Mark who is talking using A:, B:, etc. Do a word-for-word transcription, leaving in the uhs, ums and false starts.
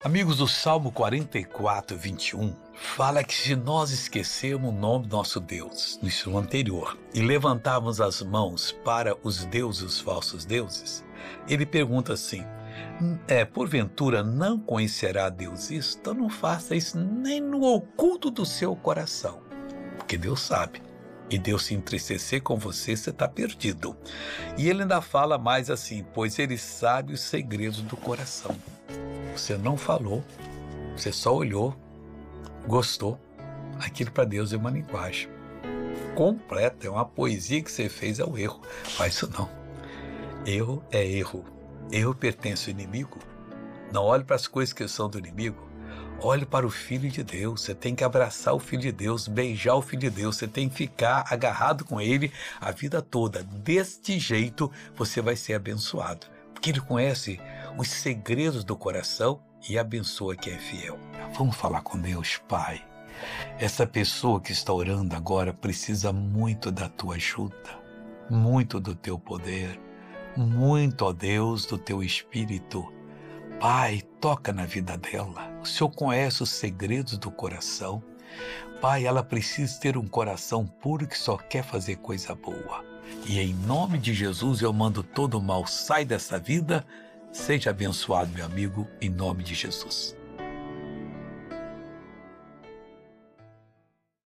A: Amigos, o Salmo quarenta e quatro, vinte e um fala que se nós esquecermos o nome do nosso Deus no estilo anterior e levantarmos as mãos para os deuses, os falsos deuses, ele pergunta assim, é, porventura não conhecerá Deus isso? Então não faça isso nem no oculto do seu coração, porque Deus sabe. E Deus se entristecer com você, você está perdido. E ele ainda fala mais assim, pois ele sabe os segredos do coração. Você não falou, você só olhou, gostou. Aquilo para Deus é uma linguagem completa, é uma poesia que você fez ao erro. Faz isso não. Erro é erro. Erro pertence ao inimigo. Não olhe para as coisas que são do inimigo. Olhe para o Filho de Deus. Você tem que abraçar o Filho de Deus, beijar o Filho de Deus. Você tem que ficar agarrado com Ele a vida toda. Deste jeito você vai ser abençoado. Porque Ele conhece os segredos do coração e abençoa quem é fiel. Vamos falar com Deus, Pai. Essa pessoa que está orando agora precisa muito da tua ajuda, muito do teu poder, muito, ó Deus, do teu Espírito. Pai, toca na vida dela. O Senhor conhece os segredos do coração. Pai, ela precisa ter um coração puro que só quer fazer coisa boa. E em nome de Jesus eu mando todo o mal, sai dessa vida. Seja abençoado, meu amigo, em nome de Jesus.